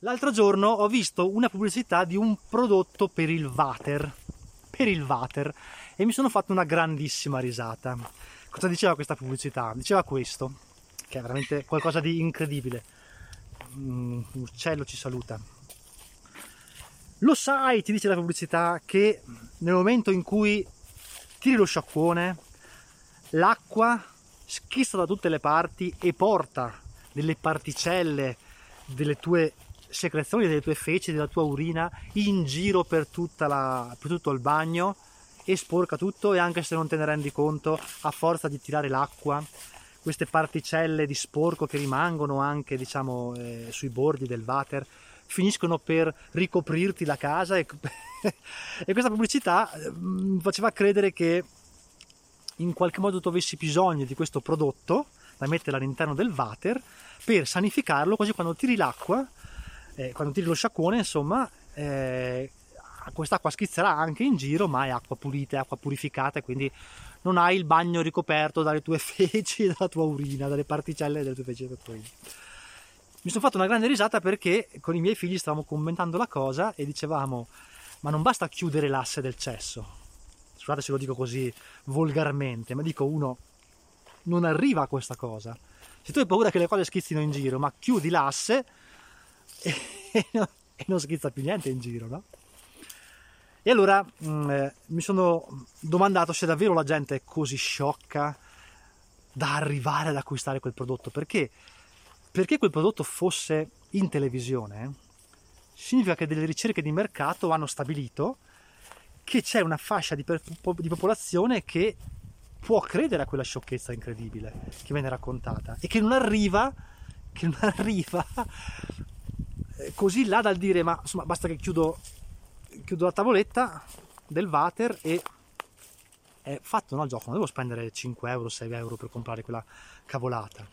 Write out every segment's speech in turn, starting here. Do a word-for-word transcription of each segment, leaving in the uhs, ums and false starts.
L'altro giorno ho visto una pubblicità di un prodotto per il water, per il water, e mi sono fatto una grandissima risata. Cosa diceva questa pubblicità? Diceva questo, che è veramente qualcosa di incredibile. Un uccello ci saluta. Lo sai, ti dice la pubblicità, che nel momento in cui tiri lo sciacquone, l'acqua schizza da tutte le parti e porta delle particelle delle tue secrezioni, delle tue feci, della tua urina in giro per, tutta la, per tutto il bagno e sporca tutto, e anche se non te ne rendi conto, a forza di tirare l'acqua, queste particelle di sporco che rimangono anche, diciamo, eh, sui bordi del water finiscono per ricoprirti la casa e, e questa pubblicità mi faceva credere che in qualche modo tu avessi bisogno di questo prodotto da mettere all'interno del water per sanificarlo, così quando tiri l'acqua, eh, quando tiri lo sciacquone, insomma, eh, quest'acqua schizzerà anche in giro, ma è acqua pulita, è acqua purificata, e quindi non hai il bagno ricoperto dalle tue feci, dalla tua urina, dalle particelle delle tue feci e della tua urina. Mi sono fatto una grande risata perché con i miei figli stavamo commentando la cosa e dicevamo: ma non basta chiudere l'asse del cesso, scusate se lo dico così volgarmente, ma dico, uno non arriva a questa cosa. Se tu hai paura che le cose schizzino in giro, ma chiudi l'asse e, e, no, e non schizza più niente in giro, no? E allora mh, mi sono domandato se davvero la gente è così sciocca da arrivare ad acquistare quel prodotto. Perché? Perché quel prodotto fosse in televisione significa che delle ricerche di mercato hanno stabilito che c'è una fascia di, per, di popolazione che può credere a quella sciocchezza incredibile che viene raccontata e che non arriva che non arriva così là dal dire: ma insomma, basta che chiudo chiudo la tavoletta del water e è fatto, no, il gioco, non devo spendere cinque euro, sei euro per comprare quella cavolata.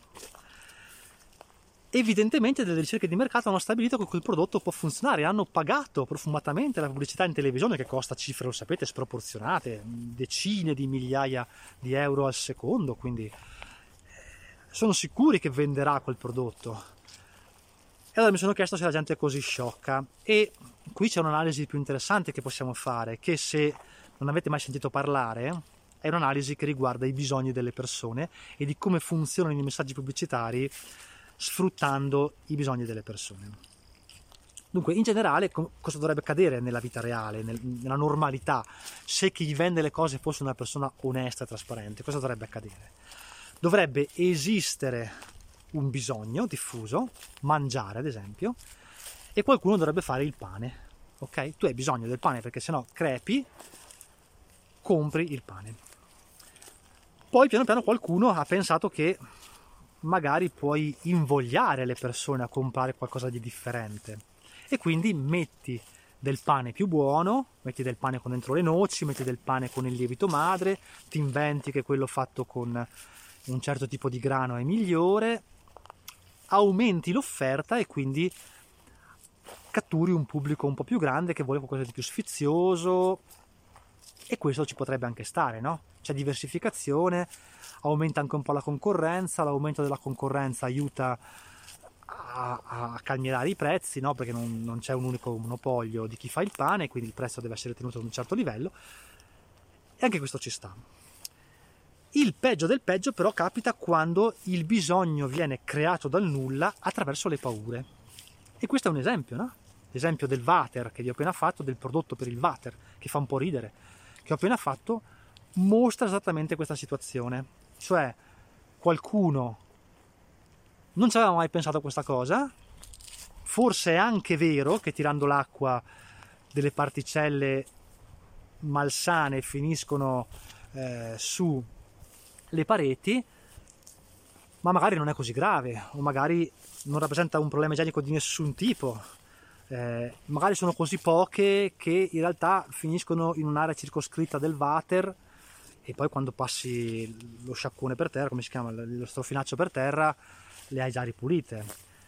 Evidentemente delle ricerche di mercato hanno stabilito che quel prodotto può funzionare, hanno pagato profumatamente la pubblicità in televisione, che costa cifre, lo sapete, sproporzionate, decine di migliaia di euro al secondo, quindi sono sicuri che venderà quel prodotto. E allora mi sono chiesto se la gente è così sciocca, e qui c'è un'analisi più interessante che possiamo fare, che se non avete mai sentito parlare è un'analisi che riguarda i bisogni delle persone e di come funzionano i messaggi pubblicitari sfruttando i bisogni delle persone. Dunque, in generale, cosa dovrebbe accadere nella vita reale, nella normalità, se chi vende le cose fosse una persona onesta e trasparente? Cosa dovrebbe accadere? Dovrebbe esistere un bisogno diffuso, mangiare ad esempio, e qualcuno dovrebbe fare il pane. Ok? Tu hai bisogno del pane perché sennò crepi, compri il pane. Poi piano piano qualcuno ha pensato che magari puoi invogliare le persone a comprare qualcosa di differente, e quindi metti del pane più buono, metti del pane con dentro le noci, metti del pane con il lievito madre, ti inventi che quello fatto con un certo tipo di grano è migliore, aumenti l'offerta e quindi catturi un pubblico un po' più grande che vuole qualcosa di più sfizioso, e questo ci potrebbe anche stare, no? C'è diversificazione, aumenta anche un po' la concorrenza, l'aumento della concorrenza aiuta a, a calmierare i prezzi, no? Perché non, non c'è un unico monopolio di chi fa il pane, quindi il prezzo deve essere tenuto ad un certo livello, e anche questo ci sta. Il peggio del peggio però capita quando il bisogno viene creato dal nulla attraverso le paure, e questo è un esempio, no? L'esempio del water che vi ho appena fatto, del prodotto per il water, che fa un po' ridere, che ho appena fatto, mostra esattamente questa situazione. Cioè, qualcuno non ci aveva mai pensato a questa cosa, forse è anche vero che tirando l'acqua delle particelle malsane finiscono eh, su le pareti, ma magari non è così grave, o magari non rappresenta un problema igienico di nessun tipo. Eh, magari sono così poche che in realtà finiscono in un'area circoscritta del water, e poi quando passi lo sciacquone per terra, come si chiama, lo strofinaccio per terra, le hai già ripulite.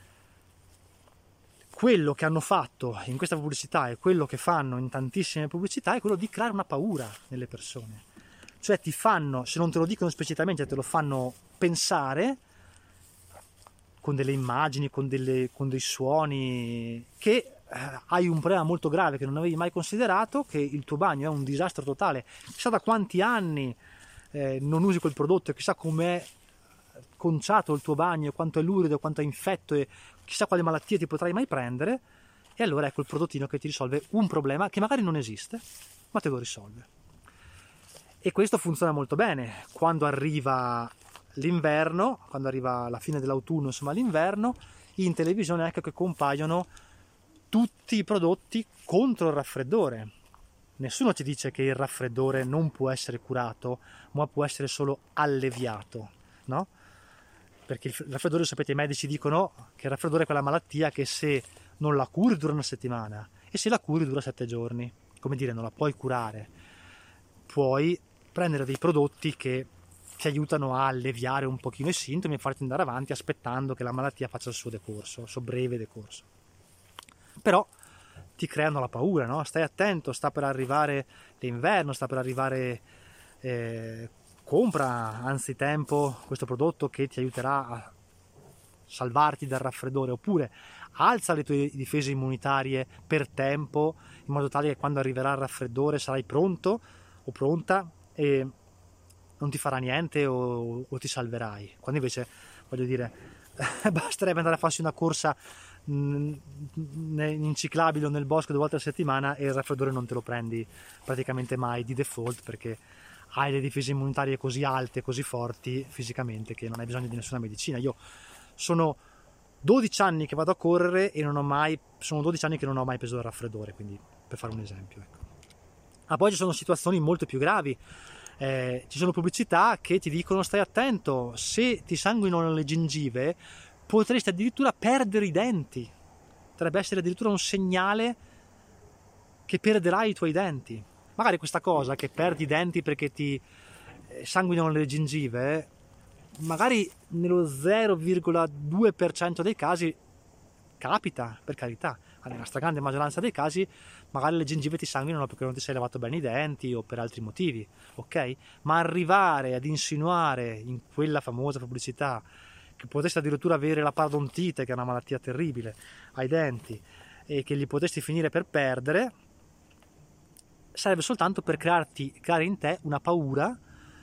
Quello che hanno fatto in questa pubblicità e quello che fanno in tantissime pubblicità è quello di creare una paura nelle persone. Cioè ti fanno, se non te lo dicono esplicitamente, te lo fanno pensare con delle immagini, con, delle, con dei suoni, che eh, hai un problema molto grave che non avevi mai considerato, che il tuo bagno è un disastro totale, chissà da quanti anni eh, non usi quel prodotto, chissà com'è conciato il tuo bagno, quanto è lurido, quanto è infetto e chissà quale malattie ti potrai mai prendere, e allora ecco il prodottino che ti risolve un problema che magari non esiste, ma te lo risolve. E questo funziona molto bene quando arriva l'inverno, quando arriva la fine dell'autunno, insomma l'inverno, in televisione ecco che compaiono tutti i prodotti contro il raffreddore. Nessuno ti dice che il raffreddore non può essere curato, ma può essere solo alleviato, no? Perché il raffreddore, sapete, i medici dicono che il raffreddore è quella malattia che se non la curi dura una settimana e se la curi dura sette giorni. Come dire, non la puoi curare. Puoi prendere dei prodotti che ti aiutano a alleviare un pochino i sintomi e farti andare avanti aspettando che la malattia faccia il suo decorso, il suo breve decorso. Però ti creano la paura, no? Stai attento, sta per arrivare l'inverno, sta per arrivare, eh, compra anzitempo questo prodotto che ti aiuterà a salvarti dal raffreddore, oppure alza le tue difese immunitarie per tempo, in modo tale che quando arriverà il raffreddore sarai pronto o pronta e non ti farà niente o, o ti salverai. Quando invece, voglio dire, basterebbe andare a farsi una corsa in ciclabile o nel bosco due volte a settimana e il raffreddore non te lo prendi praticamente mai di default, perché hai le difese immunitarie così alte, così forti fisicamente, che non hai bisogno di nessuna medicina. Io sono dodici anni che vado a correre e non ho mai, sono dodici anni che non ho mai preso il raffreddore, quindi per fare un esempio, ecco. Ma poi ci sono situazioni molto più gravi. Eh, ci sono pubblicità che ti dicono stai attento, se ti sanguinano le gengive potresti addirittura perdere i denti, potrebbe essere addirittura un segnale che perderai i tuoi denti. Magari questa cosa che perdi i denti perché ti sanguinano le gengive, magari nello zero virgola due per cento dei casi capita, per carità. Nella stragrande maggioranza dei casi magari le gengive ti sanguinano perché non ti sei lavato bene i denti o per altri motivi, ok? Ma arrivare ad insinuare in quella famosa pubblicità che potresti addirittura avere la parodontite, che è una malattia terribile, ai denti, e che li potresti finire per perdere, sarebbe soltanto per crearti, creare in te una paura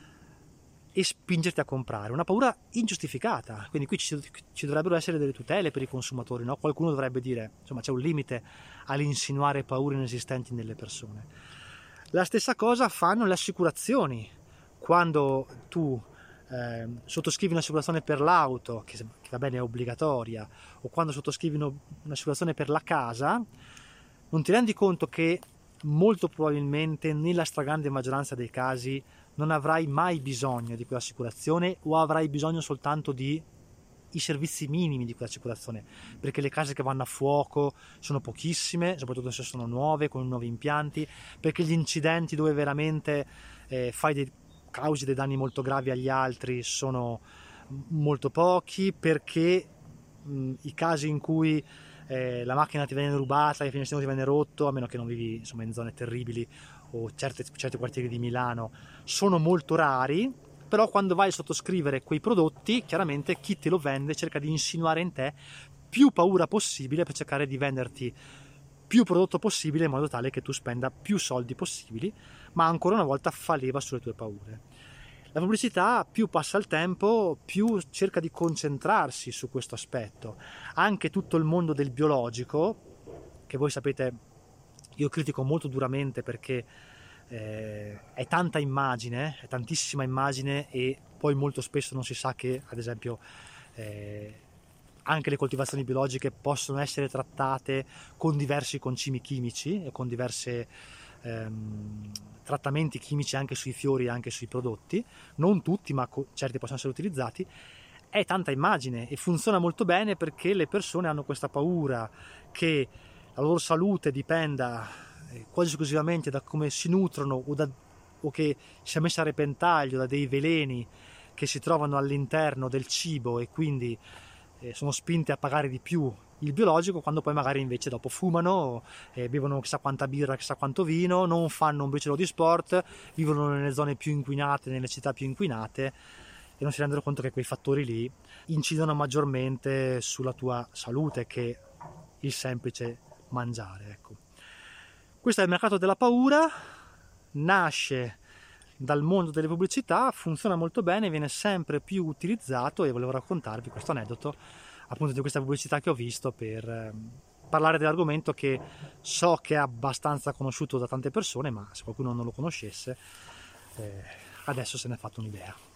e spingerti a comprare, una paura ingiustificata. Quindi qui ci, ci dovrebbero essere delle tutele per i consumatori, no? Qualcuno dovrebbe dire, insomma, c'è un limite all'insinuare paure inesistenti nelle persone. La stessa cosa fanno le assicurazioni. Quando tu eh, sottoscrivi un'assicurazione per l'auto, che, che va bene è obbligatoria, o quando sottoscrivi un'assicurazione per la casa, non ti rendi conto che molto probabilmente nella stragrande maggioranza dei casi non avrai mai bisogno di quell'assicurazione, o avrai bisogno soltanto di i servizi minimi di quell'assicurazione, perché le case che vanno a fuoco sono pochissime, soprattutto se sono nuove, con nuovi impianti, perché gli incidenti dove veramente eh, fai dei, causi dei danni molto gravi agli altri sono molto pochi, perché mh, i casi in cui eh, la macchina ti viene rubata, il finestrino ti viene rotto, a meno che non vivi insomma in zone terribili o certe, certi quartieri di Milano, sono molto rari. Però quando vai a sottoscrivere quei prodotti, chiaramente chi te lo vende cerca di insinuare in te più paura possibile per cercare di venderti più prodotto possibile, in modo tale che tu spenda più soldi possibili, ma ancora una volta fa leva sulle tue paure. La pubblicità, più passa il tempo, più cerca di concentrarsi su questo aspetto. Anche tutto il mondo del biologico, che voi sapete io critico molto duramente, perché eh, è tanta immagine, è tantissima immagine, e poi molto spesso non si sa che, ad esempio, eh, anche le coltivazioni biologiche possono essere trattate con diversi concimi chimici e con diversi ehm, trattamenti chimici anche sui fiori e anche sui prodotti. Non tutti, ma co- certi possono essere utilizzati. È tanta immagine e funziona molto bene perché le persone hanno questa paura che la loro salute dipenda quasi esclusivamente da come si nutrono, o, da, o che sia messa a repentaglio da dei veleni che si trovano all'interno del cibo, e quindi eh, sono spinte a pagare di più il biologico, quando poi magari invece dopo fumano, eh, bevono chissà quanta birra, chissà quanto vino, non fanno un briciolo di sport, vivono nelle zone più inquinate, nelle città più inquinate, e non si rendono conto che quei fattori lì incidono maggiormente sulla tua salute che il semplice mangiare, ecco. Questo è il mercato della paura, nasce dal mondo delle pubblicità, funziona molto bene, viene sempre più utilizzato e volevo raccontarvi questo aneddoto appunto di questa pubblicità che ho visto per eh, parlare dell'argomento che so che è abbastanza conosciuto da tante persone, ma se qualcuno non lo conoscesse eh, adesso se ne è fatto un'idea.